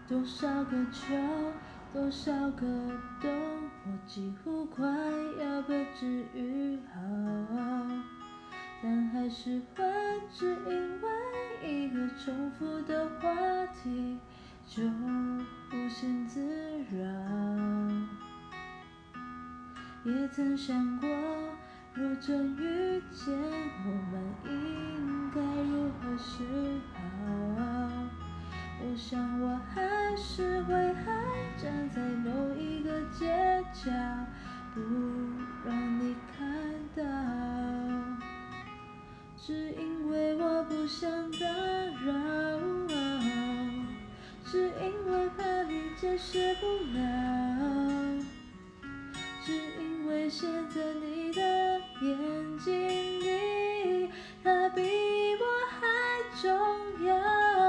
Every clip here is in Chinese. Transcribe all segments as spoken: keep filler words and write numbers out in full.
多少个秋，多少个冬，我几乎快要被治愈好，但还是会只因为一个重复的话题就无限自扰。也曾想过，若真遇见，我们应该如何是好？我想我还是会还站在某一个街角，不让你看到，只因为我不想打扰，只因为怕你解释不了，只因为现在你的眼睛里，它比我还重要。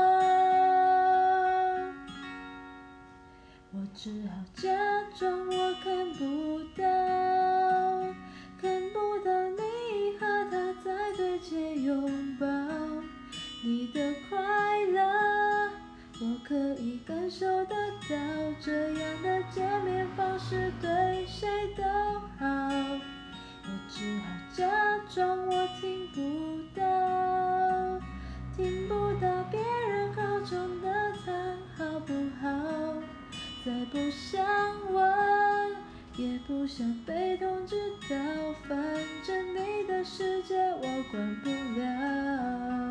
我只好假装我看不到，看不到你和他在对街拥抱，你的快乐我可以感受得到，这样的见面方式对谁都好。我只好假装我听不到，听不到别人口中的他好不好，再不想问，也不想被通知到，反正你的世界我管不了。